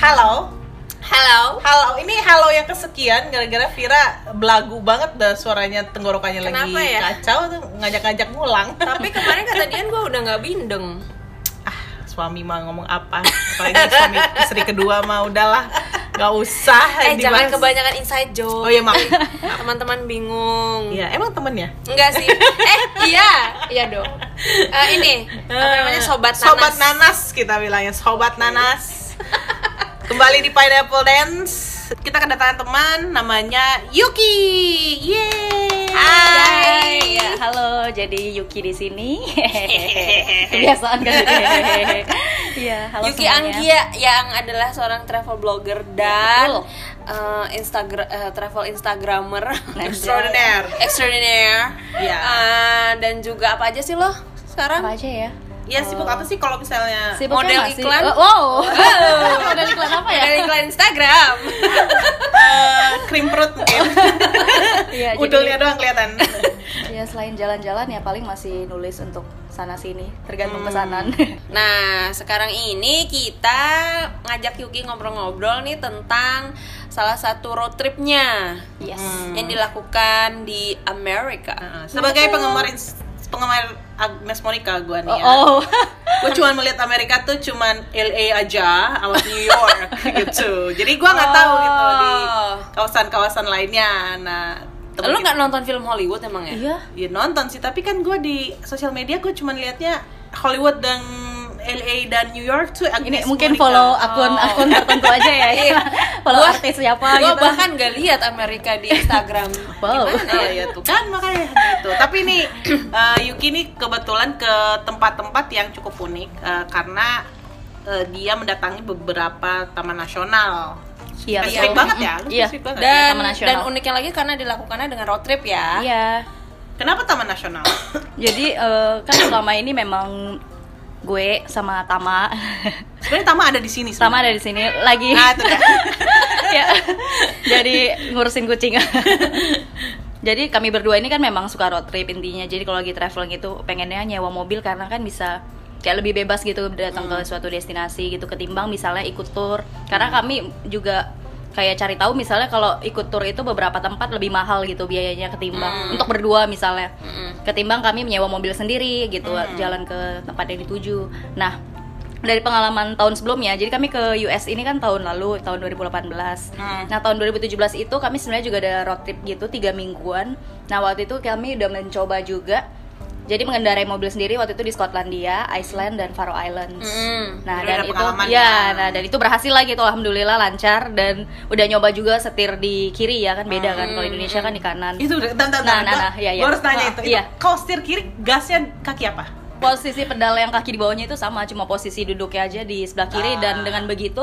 Halo. Halo. Halo, ini halo yang kesekian gara-gara Vira belagu banget dah suaranya, tenggorokannya. Kenapa lagi ya? Kacau tuh, ngajak-ngajak ngulang. Tapi kemarin kata Dian gue udah gak bindeng. Suami mah ngomong apa? Apalagi suami istri kedua mah udahlah, gak usah jangan kebanyakan inside joke. Oh iya mak. Teman-teman bingung. Iya, emang temennya? Enggak sih. Iya dong. Ini apa namanya, sobat nanas. Sobat nanas kita bilangnya, sobat nanas. Kembali di Pineapple Dance. Kita kedatangan teman namanya Yuki. Yeay. Hai. Ya, halo. Jadi Yuki di sini. Kebiasaan kan. Iya, halo Yuki semuanya. Anggia yang adalah seorang travel blogger dan travel instagramer extraordinaire. Iya. Dan juga apa aja sih lo sekarang? Apa aja ya? Ya sibuk apa sih kalau misalnya Model iklan? Model iklan apa ya? Model iklan Instagram. krim perut mungkin. Iya, Udulnya doang kelihatan. Ya selain jalan-jalan ya paling masih nulis untuk sana sini, tergantung pesanan. Nah, sekarang ini kita ngajak Yuki ngobrol-ngobrol nih tentang salah satu road tripnya Yes. yang dilakukan di Amerika. Sebagai penggemar Agnes Monica gue nih ya. Gue cuma melihat Amerika tuh cuman LA aja, awas New York gitu. Jadi gue nggak tahu gitu di kawasan-kawasan lainnya. Nah, Lo nggak nonton film Hollywood emang ya? Iya. Ya nonton sih, tapi kan gue di sosial media gue cuma liatnya Hollywood dan LA dan New York tuh Agnes Ini mungkin Monica. follow akun tertentu aja ya. Follow artis siapa Gue gitu. bahkan gak lihat Amerika di Instagram. Wow. Gimana Ya tuh kan makanya gitu. Tapi nih Yuki nih kebetulan ke tempat-tempat yang cukup unik karena dia mendatangi beberapa taman nasional. Iya, Spesifik betul. banget ya. Lu Iya. spesifik banget. Dan Taman Nasional. dan uniknya lagi karena dilakukannya dengan road trip ya. Iya. Kenapa taman nasional? Jadi kan selama ini memang gue sama Tama Sebenarnya Tama ada di sini. Tama ada di sini lagi. Itu kan. Ya. Jadi ngurusin kucing. Jadi kami berdua ini kan memang suka road trip intinya. Jadi kalau lagi traveling itu pengennya nyewa mobil karena kan bisa kayak lebih bebas gitu datang ke suatu destinasi gitu ketimbang misalnya ikut tour. Karena kami juga kayak cari tahu misalnya kalau ikut tour itu beberapa tempat lebih mahal gitu biayanya ketimbang untuk berdua misalnya. Ketimbang kami menyewa mobil sendiri gitu jalan ke tempat yang dituju. Nah, dari pengalaman tahun sebelumnya, jadi kami ke US ini kan tahun lalu, tahun 2018. Nah, tahun 2017 itu kami sebenarnya juga ada road trip gitu 3 mingguan. Nah, waktu itu kami udah mencoba juga jadi mengendarai mobil sendiri waktu itu di Skotlandia, Iceland dan Faroe Islands. Nah, Udah dan ada itu pengalaman dan itu berhasil lah gitu, alhamdulillah lancar dan udah nyoba juga setir di kiri ya kan beda kan kalau Indonesia kan di kanan. Itu udah iya. Gue harus tanya itu. Iya. Kalau setir kiri gasnya kaki apa? Posisi pedal yang kaki di bawahnya itu sama, cuma posisi duduknya aja di sebelah kiri dan dengan begitu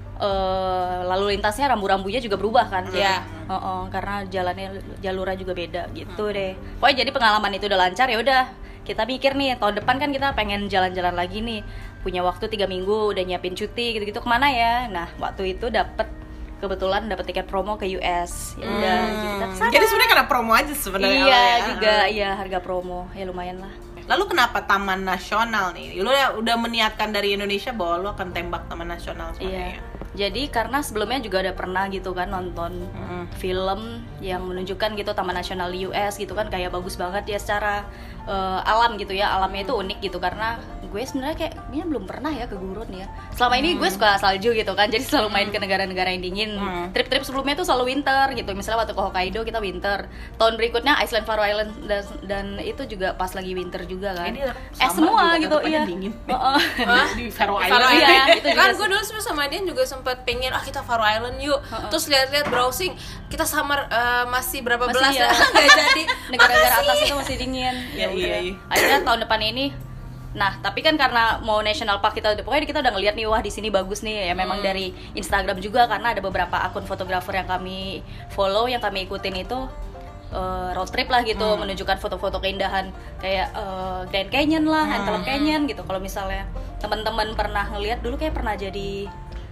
lalu lintasnya rambu-rambunya juga berubah kan Iya. karena jalurnya juga beda gitu deh. Pokoknya jadi pengalaman itu udah lancar ya udah kita mikir nih tahun depan kan kita pengen jalan-jalan lagi nih, punya waktu 3 minggu udah nyiapin cuti gitu-gitu kemana ya. Nah waktu itu kebetulan dapet tiket promo ke US ya udah kita kesana. Jadi sebenarnya karena promo aja sebenarnya. Iya awalnya. juga iya harga promo ya lumayan lah. Lalu kenapa taman nasional nih? Lu udah meniatkan dari Indonesia bahwa lu akan tembak taman nasional sebenarnya. Iya. Jadi karena sebelumnya juga udah pernah gitu kan nonton film yang menunjukkan gitu Taman Nasional di US gitu kan kayak bagus banget ya secara alam gitu ya, alamnya itu unik gitu karena gue sebenarnya kayaknya belum pernah ya ke gurun ya. Selama ini gue suka salju gitu kan, jadi selalu main ke negara-negara yang dingin. Trip-trip sebelumnya tuh selalu winter gitu. Misalnya waktu ke Hokkaido kita winter. Tahun berikutnya Iceland, Faroe Island dan itu juga pas lagi winter juga kan. Ini Semua juga gitu tetapnya iya. dingin. Hah? Di Faroe Faroe Island. Iya, Island. itu juga Kan sih. gue dulu sama Dian juga sempat pengen kita Faroe Island yuk. Terus lihat-lihat browsing, kita summer masih berapa Masih belas ya. nggak jadi. Negara-negara Makasih. atas itu masih dingin. Iya, Ya iya. udah. Akhirnya tahun depan ini. Nah, tapi kan karena mau national park pokoknya kita udah ngeliat nih wah di sini bagus nih ya memang dari Instagram juga karena ada beberapa akun fotografer yang kami follow yang kami ikutin itu road trip lah gitu menunjukkan foto-foto keindahan kayak Grand Canyon lah, Antelope Canyon gitu. Kalau misalnya teman-teman pernah ngeliat dulu kayak pernah jadi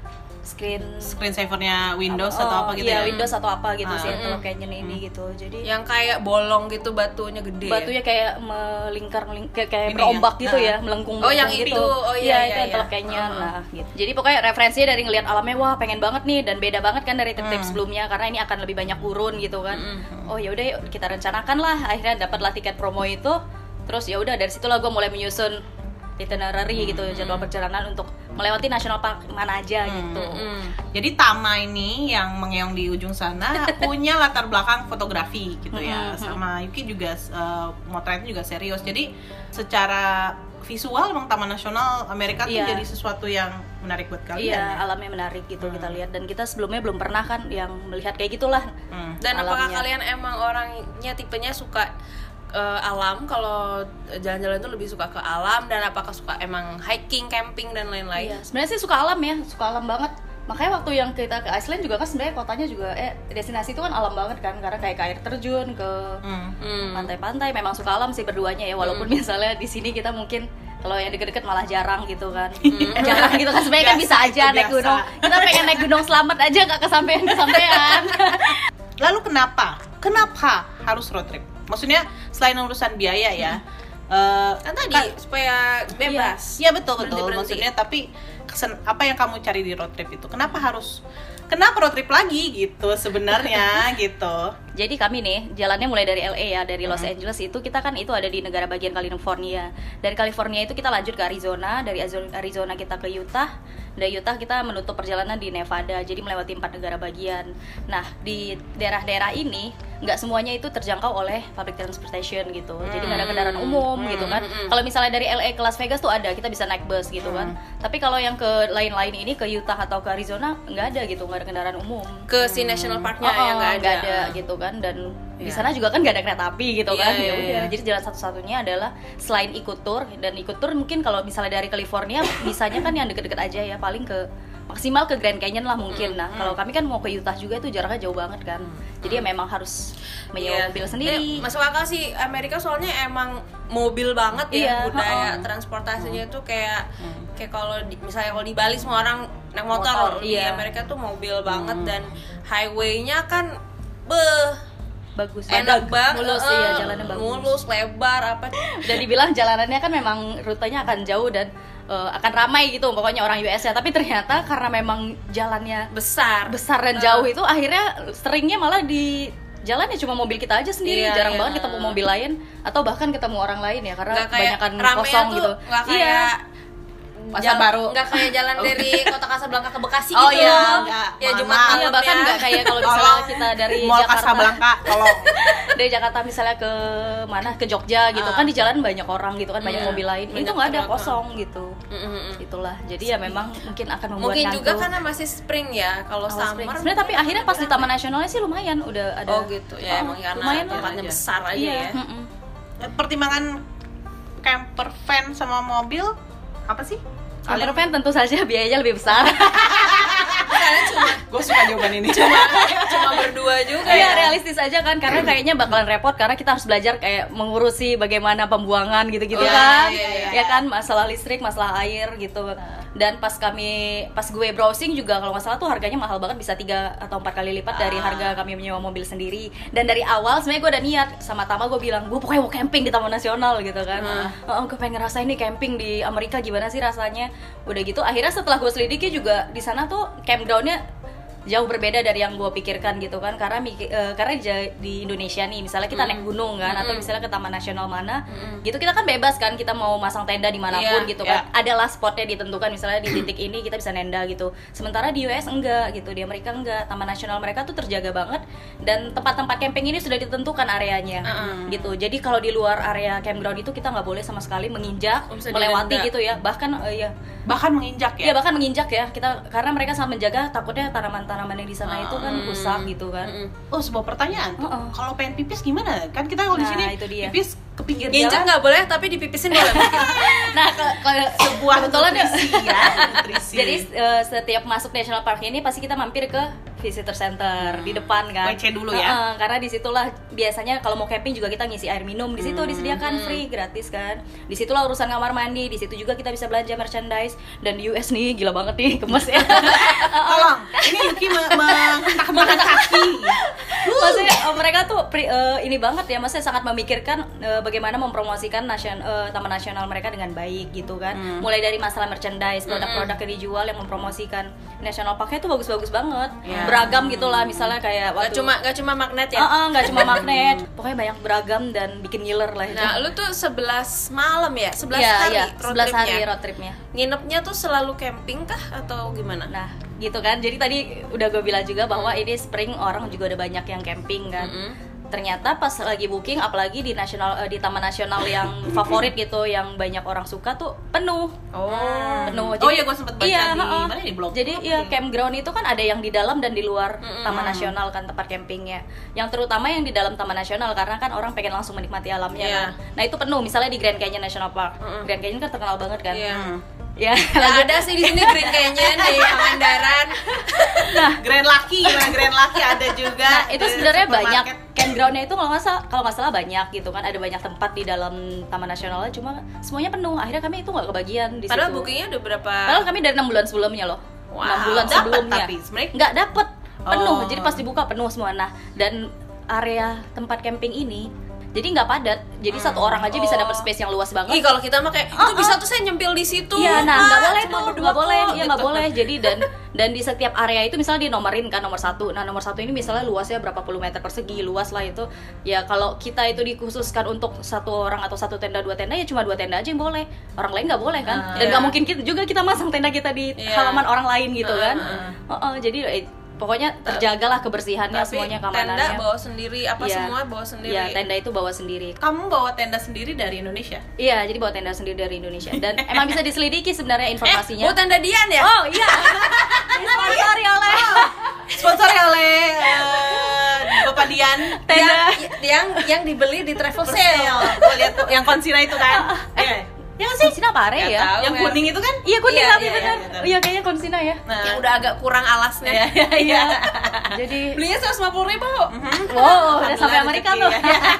screen savernya Windows atau apa gitu iya, ya? Windows atau apa gitu sih Antelope Canyon ini gitu. Jadi yang kayak bolong gitu, batunya gede. Batunya kayak melingkar kayak Ini berombak ya? gitu ya, melengkung. Oh, yang gitu. itu. Oh, iya, itu iya, Antelope iya. Canyon. Nah, gitu. Jadi pokoknya referensinya dari ngelihat alamnya, wah pengen banget nih, dan beda banget kan dari trip-trip sebelumnya karena ini akan lebih banyak gurun gitu kan. Oh ya udah yuk kita rencanakan lah, akhirnya dapatlah tiket promo itu. Terus ya udah dari situlah gue mulai menyusun itinerary gitu, jadwal perjalanan untuk melewati national park mana aja gitu. Jadi Tama ini yang mengeong di ujung sana punya latar belakang fotografi gitu ya. Sama Yuki juga motretnya juga serius. Jadi secara visual emang Taman Nasional Amerika tuh jadi sesuatu yang menarik buat kalian. Iya, ya? alamnya menarik gitu kita lihat, dan kita sebelumnya belum pernah kan yang melihat kayak gitulah. Dan apakah alamnya. kalian emang orangnya tipenya suka alam, kalau jalan-jalan tuh lebih suka ke alam, dan apakah suka emang hiking, camping dan lain-lain? Iya, sebenarnya sih suka alam ya, suka alam banget. Makanya waktu yang kita ke Iceland juga kan sebenarnya kotanya juga destinasi itu kan alam banget kan, karena kayak ke air terjun, ke pantai-pantai. Memang suka alam sih berduanya ya, walaupun misalnya di sini kita mungkin kalau yang deket-deket malah jarang gitu kan. Jarang gitu kan, sebenarnya kan bisa aja naik gunung. Kita pengen naik gunung selamat aja nggak kesampean. Lalu kenapa harus road trip? Maksudnya selain urusan biaya ya, Kan tadi supaya bebas. Iya betul. Berhenti-berhenti. Maksudnya tapi apa yang kamu cari di road trip itu? Kenapa road trip lagi gitu sebenarnya gitu. Jadi kami nih jalannya mulai dari LA ya, dari Los Angeles itu kita kan itu ada di negara bagian California. Dari California itu kita lanjut ke Arizona, dari Arizona kita ke Utah, dari Utah kita menutup perjalanan di Nevada. Jadi melewati 4 negara bagian. Nah, di daerah-daerah ini nggak semuanya itu terjangkau oleh public transportation gitu. Jadi nggak ada kendaraan umum gitu kan. Kalau misalnya dari LA ke Las Vegas tuh ada, kita bisa naik bus gitu kan. Tapi kalau yang ke lain-lain ini, ke Utah atau ke Arizona nggak ada gitu, nggak ada kendaraan umum. Ke si national parknya yang nggak ada gitu kan. Dan di sana juga kan nggak ada kereta api gitu kan. Ya udah. Jadi jalan satu-satunya adalah selain ikut tour, dan ikut tour mungkin kalau misalnya dari California bisanya kan yang deket-deket aja ya, paling ke maksimal ke Grand Canyon lah mungkin. Nah, kalau kami kan mau ke Utah juga itu jaraknya jauh banget kan. Jadi ya memang harus menyewa mobil sendiri. Masuk akal sih, Amerika soalnya emang mobil banget ya, budaya transportasinya itu kayak kalau misalnya kalau di Bali semua orang naik motor, di Amerika tuh mobil banget, dan highway-nya kan bagus, enak banget, mulus, iya, jalannya bagus, mulus, lebar apa. Dan dibilang jalanannya kan memang rutenya akan jauh dan akan ramai gitu pokoknya orang US ya, tapi ternyata karena memang jalannya besar dan jauh itu akhirnya seringnya malah di jalan ya cuma mobil kita aja sendiri, jarang banget ketemu mobil lain atau bahkan ketemu orang lain ya, karena kebanyakan kosong gitu. Nggak kayak Pasar Baru, nggak kayak jalan dari Kota Kasablanka ke Bekasi gitu. Ya Jumat iya, bahkan nggak kayak kalau misalnya kita dari Mall Jakarta Kasablanka, kalau dari Jakarta misalnya ke mana, ke Jogja gitu kan, di jalan banyak orang gitu kan, banyak mobil lain, itu nggak ada, kosong gitu. Itulah, jadi ya memang mungkin akan membuat mungkin ngantuk. juga karena masih spring ya, kalau summer sebenarnya, tapi akhirnya pas di Taman Nasionalnya sih lumayan udah ada. gitu ya, emang karena lumayan tempatnya lah. besar aja ya. pertimbangan camper van sama mobil apa sih? Camper van tentu saja biayanya lebih besar. Gue suka jawaban ini. Cuma berdua juga Iya, realistis aja kan, karena kayaknya bakalan repot karena kita harus belajar kayak mengurusi bagaimana pembuangan gitu-gitu kan. Ya kan, masalah listrik, masalah air gitu. Dan pas gue browsing juga kalau nggak salah tuh harganya mahal banget, bisa 3 atau 4 kali lipat dari harga kami menyewa mobil sendiri. Dan dari awal sebenarnya gue udah niat sama Tama, gue bilang gue pokoknya mau camping di Taman Nasional gitu kan. Gue pengen ngerasain nih camping di Amerika gimana sih rasanya. Udah gitu akhirnya setelah gue selidiki juga di sana tuh campgroundnya jauh berbeda dari yang gue pikirkan gitu kan, karena di Indonesia nih misalnya kita naik gunung kan, atau misalnya ke Taman Nasional mana gitu, kita kan bebas kan, kita mau masang tenda dimanapun gitu kan, adalah spotnya ditentukan, misalnya di titik ini kita bisa nenda gitu. Sementara di US enggak gitu, di Amerika enggak, Taman Nasional mereka tuh terjaga banget, dan tempat-tempat camping ini sudah ditentukan areanya gitu. Jadi kalau di luar area campground itu kita nggak boleh sama sekali menginjak, melewati gitu ya, bahkan menginjak ya. Iya, bahkan menginjak ya kita, karena mereka sangat menjaga, takutnya tanaman yang di sana itu kan rusak gitu kan. Oh, sebuah pertanyaan tuh. Kalau pengen pipis gimana? Kan kita kalau di sini pipis ke pinggir jalan. Injak nggak boleh, tapi dipipisin boleh mungkin. Nah, kalau sebuah nutrisi ya, nutrisi. Jadi setiap masuk national park ini pasti kita mampir ke visitor center di depan kan. WC dulu ya. Karena disitulah biasanya kalau mau camping juga kita ngisi air minum di situ disediakan free gratis kan. Disitulah urusan kamar mandi, di situ juga kita bisa belanja merchandise. Dan di US nih gila banget nih gemes ya. Tolong, ini Yuki menghentak kaki. Maksudnya mereka tuh ini banget ya, maksudnya sangat memikirkan bagaimana mempromosikan taman nasional mereka dengan baik gitu kan. Mulai dari masalah merchandise, produk-produk yang dijual yang mempromosikan national parknya tuh bagus-bagus banget. Beragam gitulah, misalnya kayak Gak cuma magnet ya? Gak cuma magnet. Pokoknya banyak beragam dan bikin ngiler lah itu. Nah, lu tuh 11 malam ya? 11 hari road tripnya? Nginepnya tuh selalu camping kah atau gimana? Nah, gitu kan. Jadi tadi udah gue bilang juga bahwa ini spring orang juga udah banyak yang camping kan. Ternyata pas lagi booking, apalagi di taman nasional yang favorit gitu, yang banyak orang suka tuh penuh. Penuh. Jadi, iya, gue sempet baca di blog. Jadi campground itu kan ada yang di dalam dan di luar taman nasional kan, tempat campingnya. Yang terutama yang di dalam taman nasional karena kan orang pengen langsung menikmati alamnya kan. Nah itu penuh. Misalnya di Grand Canyon National Park. Grand Canyon kan terkenal banget kan. Ya, ada sih di sini Grand Canyon di Pangandaran. Nah, Grand Lucky ada juga. Nah, itu sebenarnya banyak campgroundnya itu kalau nggak salah banyak gitu kan, ada banyak tempat di dalam taman nasionalnya, cuma semuanya penuh. Akhirnya kami itu nggak kebagian di situ. Padahal bookingnya udah berapa? Padahal kami dari 6 bulan sebelumnya loh. 6 bulan sebelumnya. Tapi sebenarnya nggak dapet penuh. Jadi pas dibuka penuh semua. Nah, dan area tempat camping ini jadi nggak padat, jadi satu orang aja bisa dapat space yang luas banget. Kalau kita mah kayak itu bisa tuh saya nyempil di situ. Iya, nah nggak boleh tuh, nggak boleh, ya nggak boleh. Jadi dan di setiap area itu misalnya dinomorin kan nomor 1. Nah nomor 1 ini misalnya luasnya berapa puluh meter persegi, luas lah itu. Ya kalau kita itu dikhususkan untuk satu orang atau satu tenda, 2 tenda, ya cuma 2 tenda aja yang boleh. Orang lain nggak boleh kan. Dan nggak mungkin kita masang tenda kita di halaman orang lain gitu kan. Jadi pokoknya terjagalah kebersihannya. Tapi semuanya, keamanannya. Tenda bawa sendiri, semua bawa sendiri. Iya, tenda itu bawa sendiri. Kamu bawa tenda sendiri dari Indonesia? Iya, jadi bawa tenda sendiri dari Indonesia. Dan emang bisa diselidiki sebenarnya informasinya. Bawa tenda Dian ya? Oh iya. Disponsori oleh Bapak Dian. Tenda yang dibeli di travel sale. Gue lihat tuh yang konsira itu kan. Ya nggak sih? Konsina apa ya? Yang kuning itu kan? Iya kuning, tapi benar. Iya kayaknya Konsina ya. Yang udah agak kurang alasnya. Iya. Jadi belinya 150.000. Wow, udah sampai Amerika tuh.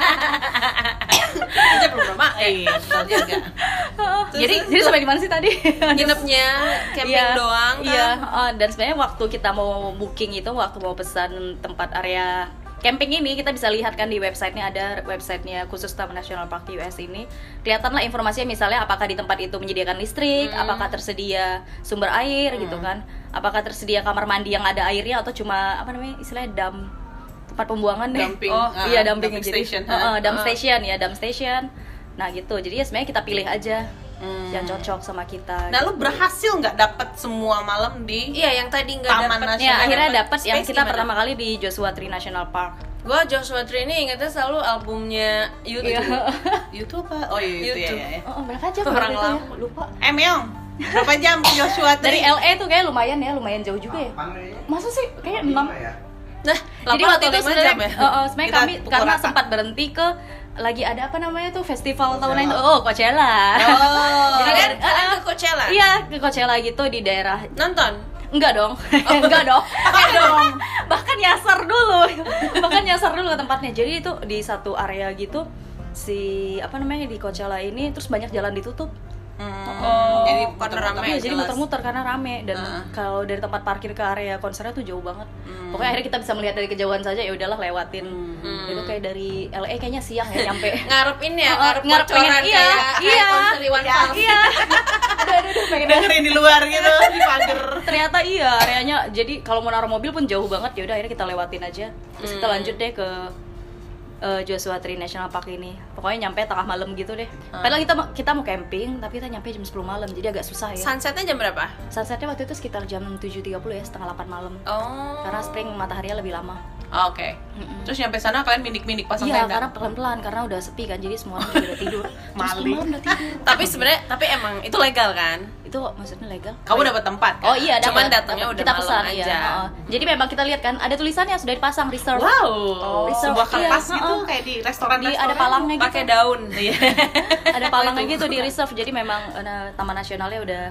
Aja belum lama. Jaga. Jadi sampai di mana sih tadi? Nginepnya camping doang kan? Iya. Dan sebenarnya waktu kita mau booking itu, waktu mau pesan tempat area camping ini, kita bisa lihat kan di websitenya, ada websitenya khusus Taman Nasional Park US ini. Kelihatanlah informasinya, misalnya apakah di tempat itu menyediakan listrik, apakah tersedia sumber air gitu kan, apakah tersedia kamar mandi yang ada airnya atau cuma istilahnya tempat pembuangan deh. Dumping. Dumping station. Dump station. Nah gitu. Jadi ya sebenarnya kita pilih aja yang cocok sama kita. Nah, gitu. Lu berhasil nggak dapet semua malam di yang tadi nggak dapet? Ya, akhirnya dapet yang kita pertama kali di Joshua Tree National Park. Gua Joshua Tree ini ingetnya selalu albumnya YouTube. YouTube apa? Oh iya, YouTube ya. Berapa jam? Orang lama lupa. Emyong, berapa jam Joshua Tree? Dari LA tuh kayak lumayan jauh juga ya. Masa sih? Kayak 6. Nah, jadi waktu itu sebenarnya sebenarnya kami karena sempat berhenti ke lagi ada festival tahunan itu. Coachella. Jadi kan ke Coachella? Iya, ke Coachella gitu di daerah. Nonton? Enggak dong. Bahkan nyasar dulu ke tempatnya. Jadi itu di satu area gitu di Coachella ini, terus banyak jalan ditutup. Jadi karena rame. Iya, jadi muter-muter karena rame dan kalau dari tempat parkir ke area konsernya tuh jauh banget. Pokoknya akhirnya kita bisa melihat dari kejauhan saja, ya udahlah lewatin. Itu kayak dari LA kayaknya siang ya nyampe. ngarep pengen konser Iwan Fals. Iya. Aduh, pengen dengerin di luar gitu di pagar. Ternyata areanya. Jadi kalau mau naruh mobil pun jauh banget, ya udah akhirnya kita lewatin aja. Terus kita lanjut deh ke Joshua Tree National Park ini. Pokoknya nyampe tengah malam gitu deh. Padahal kita mau camping, tapi kita nyampe jam 10 malam, jadi agak susah ya. Sunsetnya jam berapa? Sunsetnya waktu itu sekitar jam 7.30 ya, setengah 8 malam. Karena spring mataharinya lebih lama. Oke. Terus nyampe sana kalian minik-minik pasang tenda? Iya, karena pelan-pelan, karena udah sepi kan, jadi semua orang juga udah tidur. Maling. Udah tidur. Tapi emang itu legal kan? Itu maksudnya legal. Kamu dapat tempat kan? Oh iya, cuman datangnya udah kita malam pesan aja. Iya. Jadi memang kita lihat kan ada tulisannya sudah dipasang reserve. Wow. Reserve, sebuah kertas iya. gitu kayak di restoran. Ada palangnya gitu. Pakai daun. Ada palangnya gitu di reserve. Jadi memang Taman Nasionalnya udah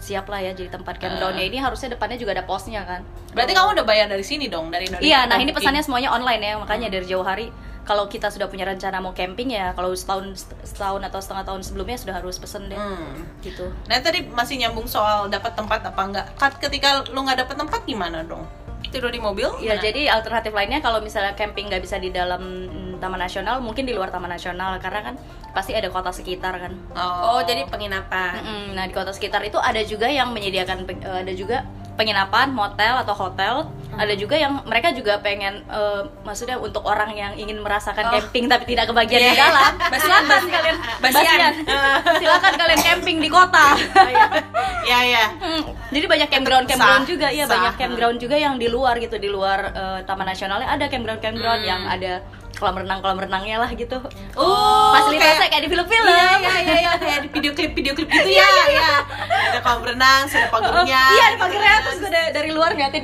siap lah ya jadi tempat campgroundnya. Ini harusnya depannya juga ada posnya kan. Berarti kamu udah bayar dari sini dong, dari Indonesia? Iya, nah ini pesannya semuanya online ya, makanya dari jauh hari kalau kita sudah punya rencana mau camping ya, kalau setahun atau setengah tahun sebelumnya sudah harus pesen deh. Gitu. Nah tadi masih nyambung soal dapat tempat apa enggak. Ketika lu nggak dapat tempat gimana dong? Tidur di mobil? Ya, jadi alternatif lainnya kalau misalnya camping nggak bisa di dalam Taman Nasional, mungkin di luar Taman Nasional, karena kan pasti ada kota sekitar kan. Oh, jadi penginapan. Nah, di kota sekitar itu ada juga yang menyediakan ada juga penginapan, motel atau hotel. Ada juga yang mereka juga pengen maksudnya untuk orang yang ingin merasakan camping tapi tidak kebagian di dalam. Silakan kalian silakan kalian camping di kota. Iya. Jadi banyak campground juga, iya banyak campground juga yang di luar gitu, di luar Taman Nasionalnya ada campground yang ada kolam renangnya lah gitu. Fasilitasnya kayak di film-film. Iya, kayak di video klip gitu ya. Ada kolam renang, ada pagarnya. Iya, ada pagarnya, terus gue dari luar ngeliatin.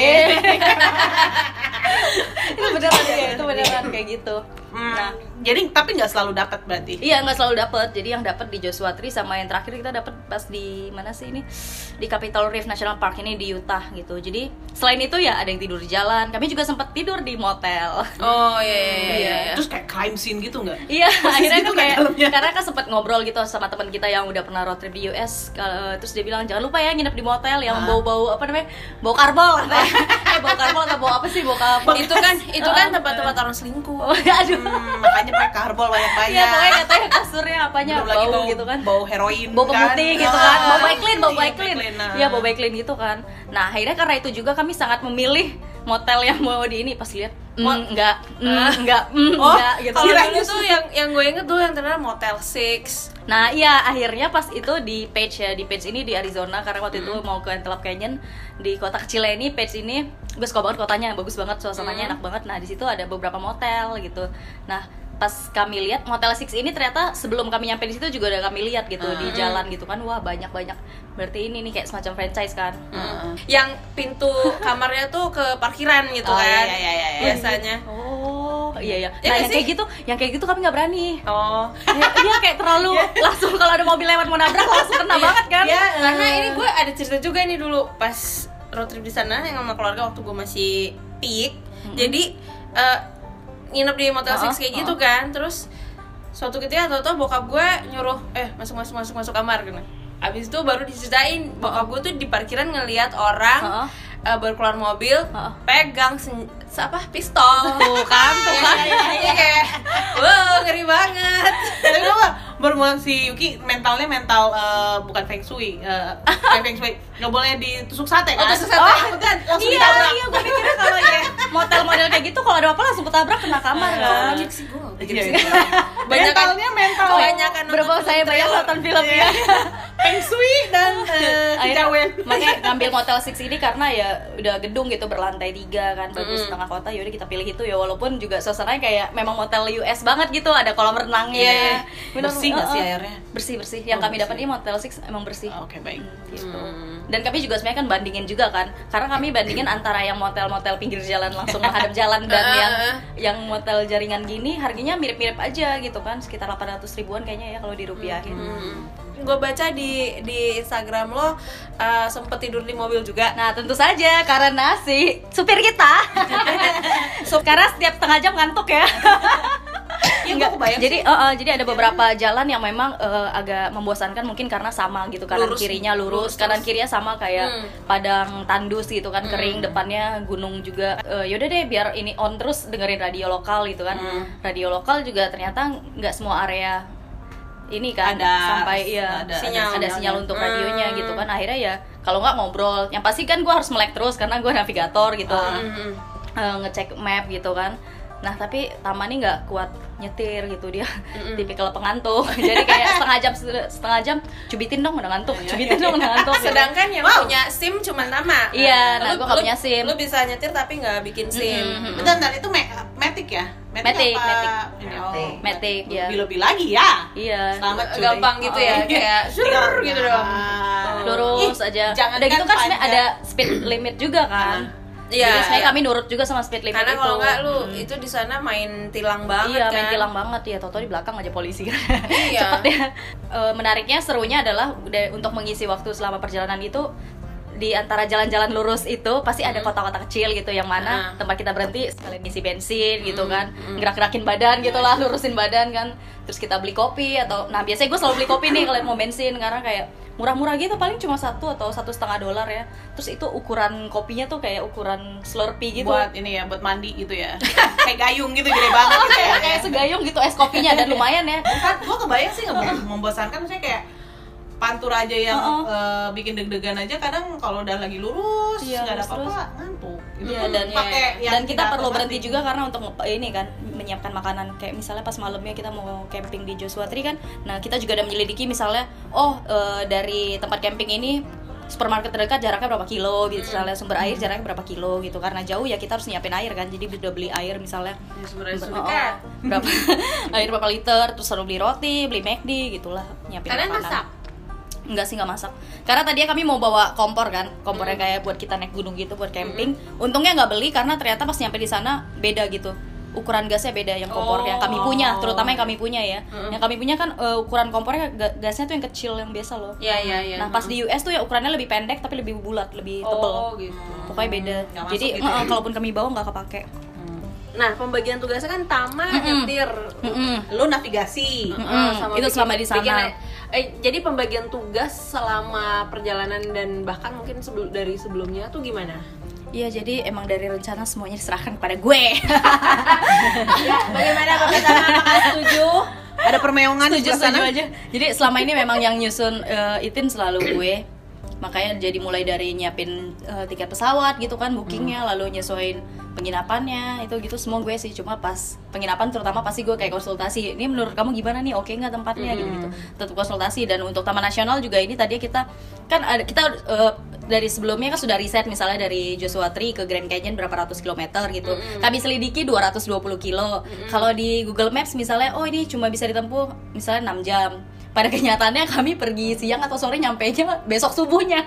Itu beneran kayak gitu. Nah, jadi tapi nggak selalu dapat berarti? Iya, nggak selalu dapat. Jadi yang dapat di Joshua Tree, sama yang terakhir kita dapat pas di mana sih ini? Di Capitol Reef National Park ini di Utah gitu. Jadi selain itu ya ada yang tidur di jalan. Kami juga sempat tidur di motel. Oh iya. Terus kayak crime scene gitu nggak? Iya, akhirnya tuh kayak karena kan sempat ngobrol gitu sama teman kita yang udah pernah road trip di US. Terus dia bilang jangan lupa ya nginep di motel yang bau-bau apa namanya? Bau karbol. Bau karbol atau bau apa sih? Bau karbol. Itu kan tempat-tempat orang selingkuh. Aduh. Makanya pakai karbol banyak-banyak. Iya, pokoknya katanya kasurnya apanya bau gitu kan. Bau heroin. Bau pemutih gitu kan. Bau Baiklin. Nah. Iya, bau Baiklin gitu kan. Nah, akhirnya karena itu juga kami sangat memilih motel yang mau di ini. Pas lihat enggak gitu. Kalau dulu tuh yang gue inget tuh yang terkenal Motel 6. Nah iya, akhirnya pas itu di Page ini di Arizona, karena waktu itu mau ke Antelope Canyon di kota kecilnya ini, Page ini gue suka banget kotanya, bagus banget, suasananya enak banget. Nah di situ ada beberapa motel gitu. Nah pas kami lihat Motel 6 ini ternyata sebelum kami nyampe di situ juga udah kami lihat gitu di jalan gitu kan. Wah, banyak berarti ini nih kayak semacam franchise kan. Yang pintu kamarnya tuh ke parkiran gitu kan. Iya. Biasanya. Iya. Nah, yang kayak gitu kami nggak berani. Iya, kayak terlalu langsung kalau ada mobil lewat mau nabrak langsung kena banget kan. Iya, karena ini gue ada cerita juga nih dulu pas road trip di sana yang sama keluarga waktu gue masih peak. Jadi nginep di Motel 6 kayak gitu kan. Terus suatu ketika tau-tau bokap gue nyuruh masuk kamar gitu. Abis itu baru diceritain bokap gue tuh di parkiran ngelihat orang baru keluar mobil pegang pistol. Tuh kan iya kayak ngeri banget. Tapi gue baru mulai si Yuki mental bukan feng shui, nggak boleh ditusuk sate kan? Tusuk sate kan langsung iya, ditabrak. Iya, gue mikirnya kalau ya motel-model kayak gitu kalau ada apa langsung ketabrak kena kamar kan. Logik sih gue. Mental kebanyakan berapa saya banyak nonton film ya. Feng shui dan kejawen. Makanya ngambil Motel 6 ini karena ya udah gedung gitu berlantai 3 kan, bagus tengah kota. Yaudah kita pilih itu ya, walaupun juga suasananya kayak memang motel US banget gitu, ada kolam renangnya. Bersih nggak sih airnya? Bersih. Yang kami dapat ini Motel 6 emang bersih. Oke, baik. Gitu. Dan kami juga sebenarnya kan bandingin juga kan, karena kami bandingin antara yang motel-motel pinggir jalan langsung menghadap jalan dan yang motel jaringan gini harganya mirip-mirip aja gitu kan, sekitar 800 ribuan kayaknya ya kalau dirupiahin. Gue baca di Instagram lo sempet tidur di mobil juga. Nah tentu saja karena si supir kita karena setiap setengah jam ngantuk ya. Enggak, jadi ada beberapa jalan yang memang agak membosankan mungkin karena sama gitu, kanan kirinya lurus, kanan kirinya sama kayak padang tandus gitu kan, kering, depannya gunung juga. Yaudah deh biar ini on terus dengerin radio lokal gitu kan. Radio lokal juga ternyata nggak semua area ini kan sampai ada sinyal untuk radionya gitu kan. Akhirnya ya kalau nggak ngobrol, yang pasti kan gue harus melek terus karena gue navigator gitu, ngecek map gitu kan. Nah tapi Tama nih nggak kuat nyetir gitu, dia tipikal pengantuk. Jadi kayak setengah jam cubitin dong udah ngantuk, Sedangkan yang punya SIM cuma Tama. Iya, nah gue nggak punya SIM. Lu bisa nyetir tapi nggak bikin SIM. Bentar, itu Matic ya? Matic ya. Lebih lagi ya. Iya. Selamat cuy. Gampang gitu ya, kayak sur gitu doang. Lurus aja. Jangan udah gitu kan sebenarnya ada speed limit juga kan. Jadi sebenarnya kami nurut juga sama speed limit karena itu. Kalau nggak lu itu di sana main tilang banget. Iya, kan? main tilang banget ya. Toto di belakang aja polisi kan. Iya. Cepet ya. Menariknya, serunya adalah untuk mengisi waktu selama perjalanan itu, di antara jalan-jalan lurus itu pasti ada kota-kota kecil gitu yang mana tempat kita berhenti sekalian ngisi bensin gitu kan, gerak-gerakin badan gitulah, lurusin badan kan, terus kita beli kopi atau biasanya gue selalu beli kopi nih kalau mau bensin karena kayak murah-murah gitu, paling cuma $1 atau $1,5 ya, terus itu ukuran kopinya tuh kayak ukuran Slurpee gitu, buat ini ya, buat mandi gitu ya, kayak gayung gitu, gede banget gitu ya, kayak segayung gitu es kopinya dan lumayan ya. Kan gue kebayang sih nggak membosankan, maksudnya kayak pantur aja yang bikin deg-degan aja kadang kalau udah lagi lurus nggak ada apa-apa ngantuk. Iya, dan kita perlu berhenti juga karena untuk ini kan menyiapkan makanan, kayak misalnya pas malamnya kita mau camping di Joshua Tree kan, nah kita juga ada menyelidiki misalnya dari tempat camping ini supermarket terdekat jaraknya berapa kilo, misalnya sumber air jaraknya berapa kilo gitu, karena jauh ya kita harus nyiapin air kan, jadi udah beli air misalnya berapa air berapa liter, terus harus beli roti, beli McD gitulah, nyiapin makanan. Kalian masak? Enggak sih, nggak masak. Karena tadinya kami mau bawa kompor kan, kompornya kayak buat kita naik gunung gitu, buat camping. Untungnya nggak beli karena ternyata pas nyampe di sana beda gitu. Ukuran gasnya beda yang kompor yang kami punya, terutama yang kami punya ya. Yang kami punya kan ukuran kompornya gasnya tuh yang kecil yang biasa loh. Iya. Nah pas di US tuh ya ukurannya lebih pendek tapi lebih bulat, lebih tebal. Gitu. Pokoknya beda. Jadi gitu ya? Kalaupun kami bawa nggak kepake. Nah, pembagian tugasnya kan Tama nyetir, lu navigasi, sama itu selama di sana. Jadi pembagian tugas selama perjalanan dan bahkan mungkin dari sebelumnya tuh gimana? Iya, jadi emang dari rencana semuanya diserahkan kepada gue. Ya, bagaimana Bapak Tama? Apakah setuju? Ada permeongan setuju aja. Jadi selama ini memang yang nyusun itin selalu gue. Makanya jadi mulai dari nyiapin tiket pesawat gitu kan, bookingnya, lalu nyesuaiin penginapannya, itu gitu semua gue sih. Cuma pas penginapan terutama pasti gue kayak konsultasi, ini menurut kamu gimana nih, oke nggak tempatnya gitu. Tetap konsultasi. Dan untuk Taman Nasional juga ini tadi kita kan dari sebelumnya kan sudah riset, misalnya dari Joshua Tree ke Grand Canyon berapa ratus kilometer gitu. Kami selidiki 220 kilo. Kalau di Google Maps misalnya, ini cuma bisa ditempuh misalnya 6 jam. Pada kenyataannya kami pergi siang atau sore, nyampainya besok subuhnya.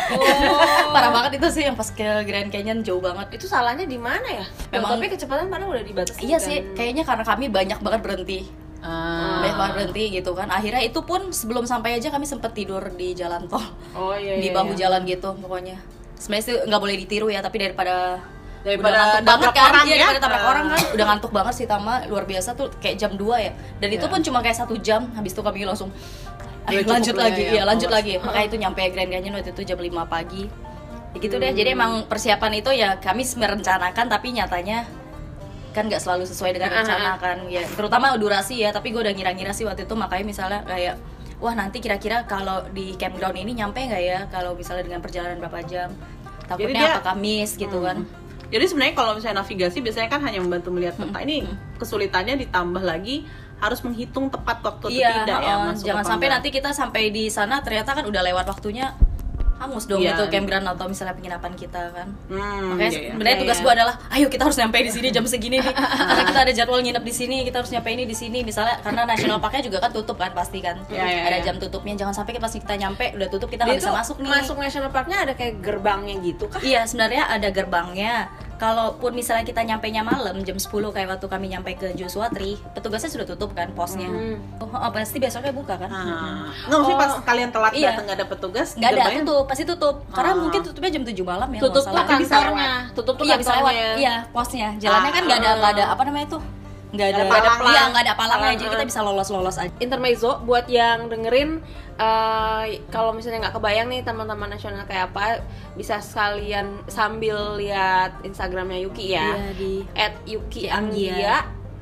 Parah banget itu sih, yang pas ke Grand Canyon jauh banget. Itu salahnya di mana ya? Memang, tapi kecepatan padahal udah dibatasi. Iya kan? Sih, kayaknya karena kami banyak banget berhenti. Banyak banget berhenti gitu kan. Akhirnya itu pun sebelum sampai aja kami sempet tidur di jalan tol. Di bahu jalan gitu pokoknya. Sebenarnya sih nggak boleh ditiru ya, tapi daripada ngantuk banget kan, daripada tabrak orang kan, udah ngantuk banget sih Tama, luar biasa tuh, kayak jam 2 ya, dan itu pun cuma kayak 1 jam, habis itu kami langsung lanjut lagi, makanya itu nyampe Grand Canyon waktu itu jam 5 pagi, ya gitu deh. Jadi emang persiapan itu ya kami merencanakan, tapi nyatanya kan nggak selalu sesuai dengan rencana kan, ya terutama durasi ya, tapi gue udah ngira-ngira sih waktu itu, makanya misalnya kayak wah nanti kira-kira kalau di campground ini nyampe nggak ya, kalau misalnya dengan perjalanan berapa jam, takutnya apakah miss gitu kan. Jadi sebenarnya kalau misalnya navigasi biasanya kan hanya membantu melihat peta. Ini kesulitannya ditambah lagi harus menghitung tepat waktu atau tidak ya masuk. Jangan sampai nanti kita sampai di sana ternyata kan udah lewat waktunya, hangus dong gitu campground atau misalnya penginapan kita kan. Makanya sebenarnya tugas gue adalah ayo kita harus nyampe di sini jam segini nih. Karena kita ada jadwal nginep di sini, kita harus nyampe ini di sini. Misalnya karena national parknya juga kan tutup kan pasti kan. Ada jam tutupnya. Jangan sampai pas kita nyampe udah tutup kita nggak bisa masuk nih. Masuk national parknya ada kayak gerbangnya gitu kah? Iya, sebenarnya ada gerbangnya. Kalaupun misalnya kita nyampainya malam jam 10 kayak waktu kami nyampe ke Joshua Tree, petugasnya sudah tutup kan posnya. Pasti besoknya buka kan. Nggak, maksudnya pas kalian telat datang nggak ada petugas, nggak ada, tutup, pasti tutup. Karena mungkin tutupnya jam 7 malam ya. Tutup tuh kantornya, tutup tuh kantornya. Iya, posnya. Jalannya kan nggak ada apa namanya itu, nggak ada palangnya, jadi kita bisa lolos aja. Intermezzo buat yang dengerin, kalau misalnya nggak kebayang nih Taman Nasional kayak apa, bisa sekalian sambil lihat Instagramnya Yuki ya, di @yukianggia,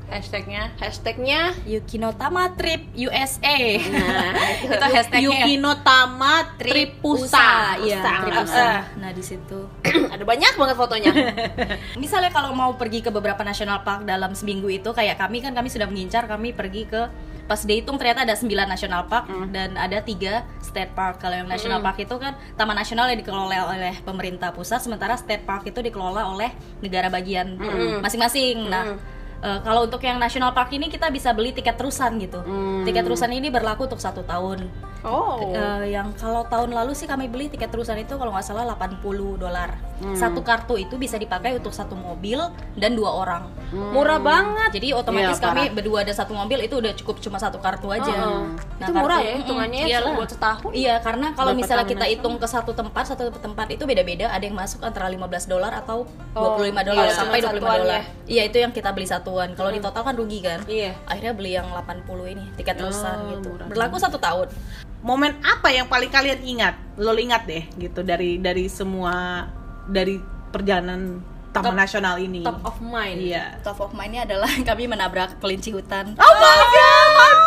hashtagnya Yukinotama Trip USA. Nah, itu hashtagnya Yukinotama Trip USA. Iya, Trip USA. Nah, di situ ada banyak banget fotonya. Misalnya kalau mau pergi ke beberapa national park dalam seminggu itu, kayak kami sudah mengincar, kami pergi ke, pas dihitung ternyata ada 9 national park dan ada 3 state park. Kalau yang national park itu kan taman nasional yang dikelola oleh pemerintah pusat, sementara state park itu dikelola oleh negara bagian masing-masing. Nah, kalau untuk yang national park ini kita bisa beli tiket terusan gitu. Tiket terusan ini berlaku untuk 1 tahun. Yang kalau tahun lalu sih kami beli tiket terusan itu kalau nggak salah $80. Satu kartu itu bisa dipakai untuk satu mobil dan 2 orang. Murah banget. Jadi otomatis kami berdua ada satu mobil itu udah cukup cuma satu kartu aja. Itu murah ya hitungannya buat setahun. Iya, karena kalau misalnya kita hitung ke satu tempat itu beda-beda. Ada yang masuk antara $15 atau $25 sampai $25. Iya, itu yang kita beli satuan. Kalau di total kan rugi kan. Iya. Akhirnya beli yang 80 ini tiket terusan gitu. Berlaku 1 tahun. Momen apa yang paling kalian ingat? Lo ingat deh gitu dari semua dari perjalanan Taman Nasional ini. Top of mind. Iya. Top of mind-nya adalah kami menabrak kelinci hutan. Oh maaf ya.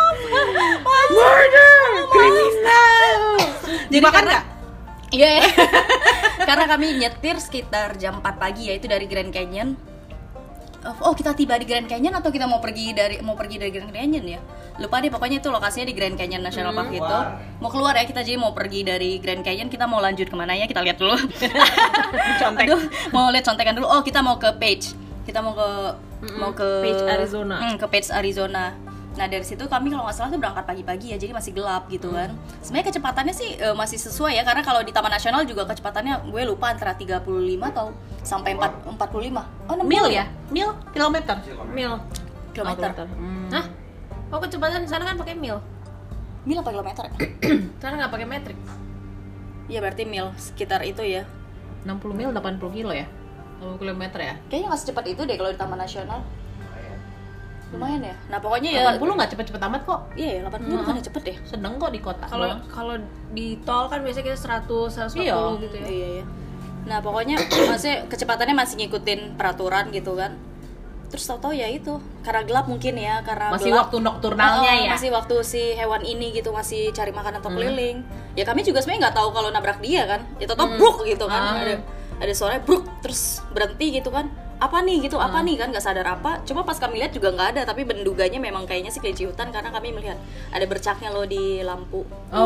Murder, kriminal. Jadi Dimakan karena nggak? Iya. Karena kami nyetir sekitar jam 4 pagi ya, itu dari Grand Canyon. Oh, kita tiba di Grand Canyon atau kita mau pergi dari Grand Canyon ya? Lupa deh, pokoknya itu lokasinya di Grand Canyon National Park gitu. Mau keluar ya kita, jadi mau pergi dari Grand Canyon, kita mau lanjut kemana ya? Kita lihat dulu. Aduh, mau lihat contekan dulu. Oh, kita mau ke Page. Kita mau ke Page, Arizona. Ke Page, Arizona. Nah dari situ kami kalau nggak salah tuh berangkat pagi-pagi ya, jadi masih gelap gitu kan. Sebenarnya kecepatannya sih masih sesuai ya, karena kalau di Taman Nasional juga kecepatannya gue lupa antara 35 atau sampai 45. Oh, 60 Mil ya? Mil kilometer. Kilometer. Hah? Oh, kecepatan di sana kan pakai mil. Mil apa kilometer? Sana nggak pakai metrik. Iya berarti mil sekitar itu ya. 60 mil 80 kilo ya? 60 kilometer ya? Kayaknya nggak secepat itu deh kalau di Taman Nasional. Lumayan ya. Nah pokoknya ya 80 nggak cepet-cepet amat kok. Iya ya, 80 bukannya cepet deh. Sedang kok di kota. Kalau di tol kan biasanya kita 100, 140 gitu ya. Iya. Nah pokoknya maksudnya kecepatannya masih ngikutin peraturan gitu kan. Terus tau-tau ya itu karena gelap mungkin ya, karena masih gelap, waktu nokturnalnya ya. Masih waktu si hewan ini gitu masih cari makan atau keliling. Ya kami juga sebenarnya nggak tahu kalau nabrak dia kan. Ya tau-tau bruk gitu kan. Ada suara bruk terus berhenti gitu kan. Apa nih gitu, apa nih kan, nggak sadar apa. Cuma pas kami lihat juga nggak ada, tapi menduganya memang kayaknya sih kelinci hutan karena kami melihat ada bercaknya loh di lampu.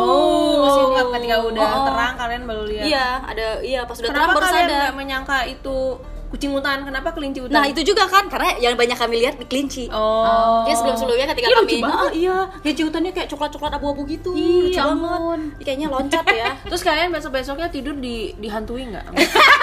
Ketika udah terang kalian baru lihat. Iya, pas udah terang baru sadar. Kenapa kalian nggak menyangka itu kucing hutan? Kenapa kelinci hutan? Nah itu juga kan, karena yang banyak kami lihat di kelinci. Ya sebelumnya ketika kami kelinci hutannya kayak coklat-coklat abu-abu gitu. Lucu banget. Kayaknya loncat ya. Terus kalian besok-besoknya tidur dihantui nggak?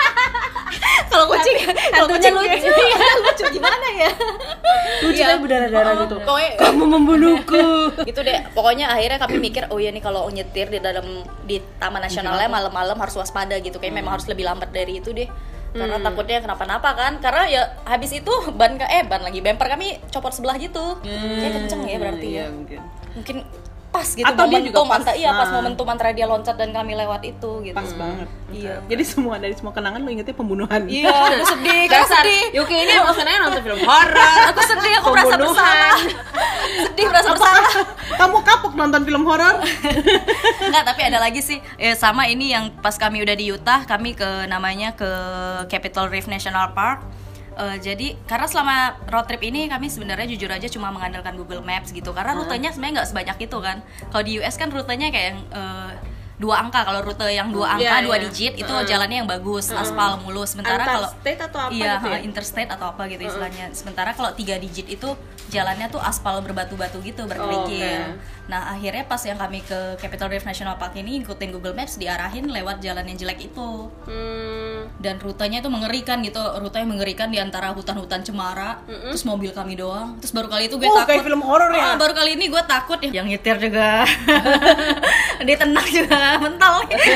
Kalau kucing lucu. Lucu gimana ya? Lucu tapi berdarah-darah gitu. Kamu membunuhku. Gitu deh. Pokoknya akhirnya kami mikir, oh ya nih kalau nyetir di Taman Nasionalnya malam-malam harus waspada gitu. Kayak memang harus lebih lambat dari itu deh. Karena takutnya kenapa-napa kan. Karena ya habis itu bumper kami copot sebelah gitu. Kayak kenceng ya berarti ya. Mungkin pas gitu atau momentum pas, pas momentum antara dia loncat dan kami lewat itu gitu. Pas banget. Iya. Jadi dari semua kenangan lo ingetnya pembunuhan. Iya, aku sedih, aku sedih. Yuki ini maksudnya nonton film horor. Aku sedih, aku merasa bersalah. Sedih, merasa bersalah. Kamu kapok nonton film horor? Enggak, tapi ada lagi sih. Sama ini yang pas kami udah di Utah, kami ke Capitol Reef National Park. Jadi karena selama road trip ini kami sebenarnya jujur aja cuma mengandalkan Google Maps gitu, karena rutenya sebenarnya nggak sebanyak itu kan. Kalau di US kan rutenya kayak yang 2 angka, kalau rute yang 2 angka 2 digit itu jalannya yang bagus, aspal mulus. Sementara kalau interstate atau apa gitu ya? interstate atau apa gitu istilahnya. Sementara kalau 3 digit itu jalannya tuh aspal berbatu-batu gitu, berkerikil. Nah akhirnya pas yang kami ke Capitol Reef National Park ini ngikutin Google Maps, diarahin lewat jalan yang jelek itu. Dan rutenya itu mengerikan gitu, rutenya mengerikan di antara hutan-hutan cemara. Terus mobil kami doang. Terus baru kali itu gue takut. Kayak film horor ya. Baru kali ini gue takut ya. Yang nyetir juga dia tenang juga, mental.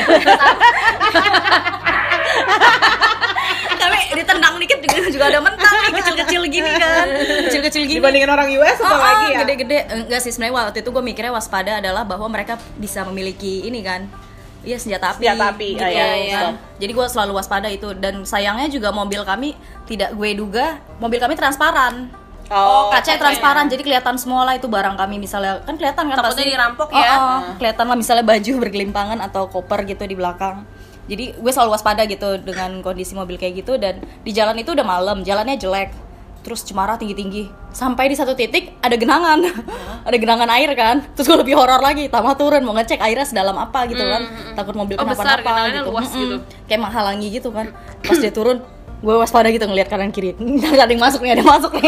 Tapi ditendang dikit juga ada mental nih, kecil-kecil gini kan. Kecil-kecil gini. Dibandingin orang US atau lagi ya? Gede-gede. Enggak sih, sebenarnya waktu itu gue mikirnya waspada adalah bahwa mereka bisa memiliki ini kan. Iya, senjata api gitu, ya. Jadi gue selalu waspada itu. Dan sayangnya juga mobil kami gue duga mobil kami transparan. Kacanya transparan, jadi kelihatan semua lah itu barang kami, misalnya kan kelihatan kan takutnya pasti dirampok ya. Kelihatan lah misalnya baju bergelimpangan atau koper gitu di belakang. Jadi gue selalu waspada gitu dengan kondisi mobil kayak gitu. Dan di jalan itu udah malam, jalannya jelek, terus cemara tinggi-tinggi. Sampai di satu titik ada genangan. Ada genangan air kan. Terus gue lebih horor lagi, Tama turun mau ngecek airnya sedalam apa gitu kan. Takut mobil kenapa-napa gitu. Luas gitu. Kayak menghalangi gitu kan. Pas dia turun, gue waspada gitu ngeliat kanan kiri, nggak ada yang masuk nih,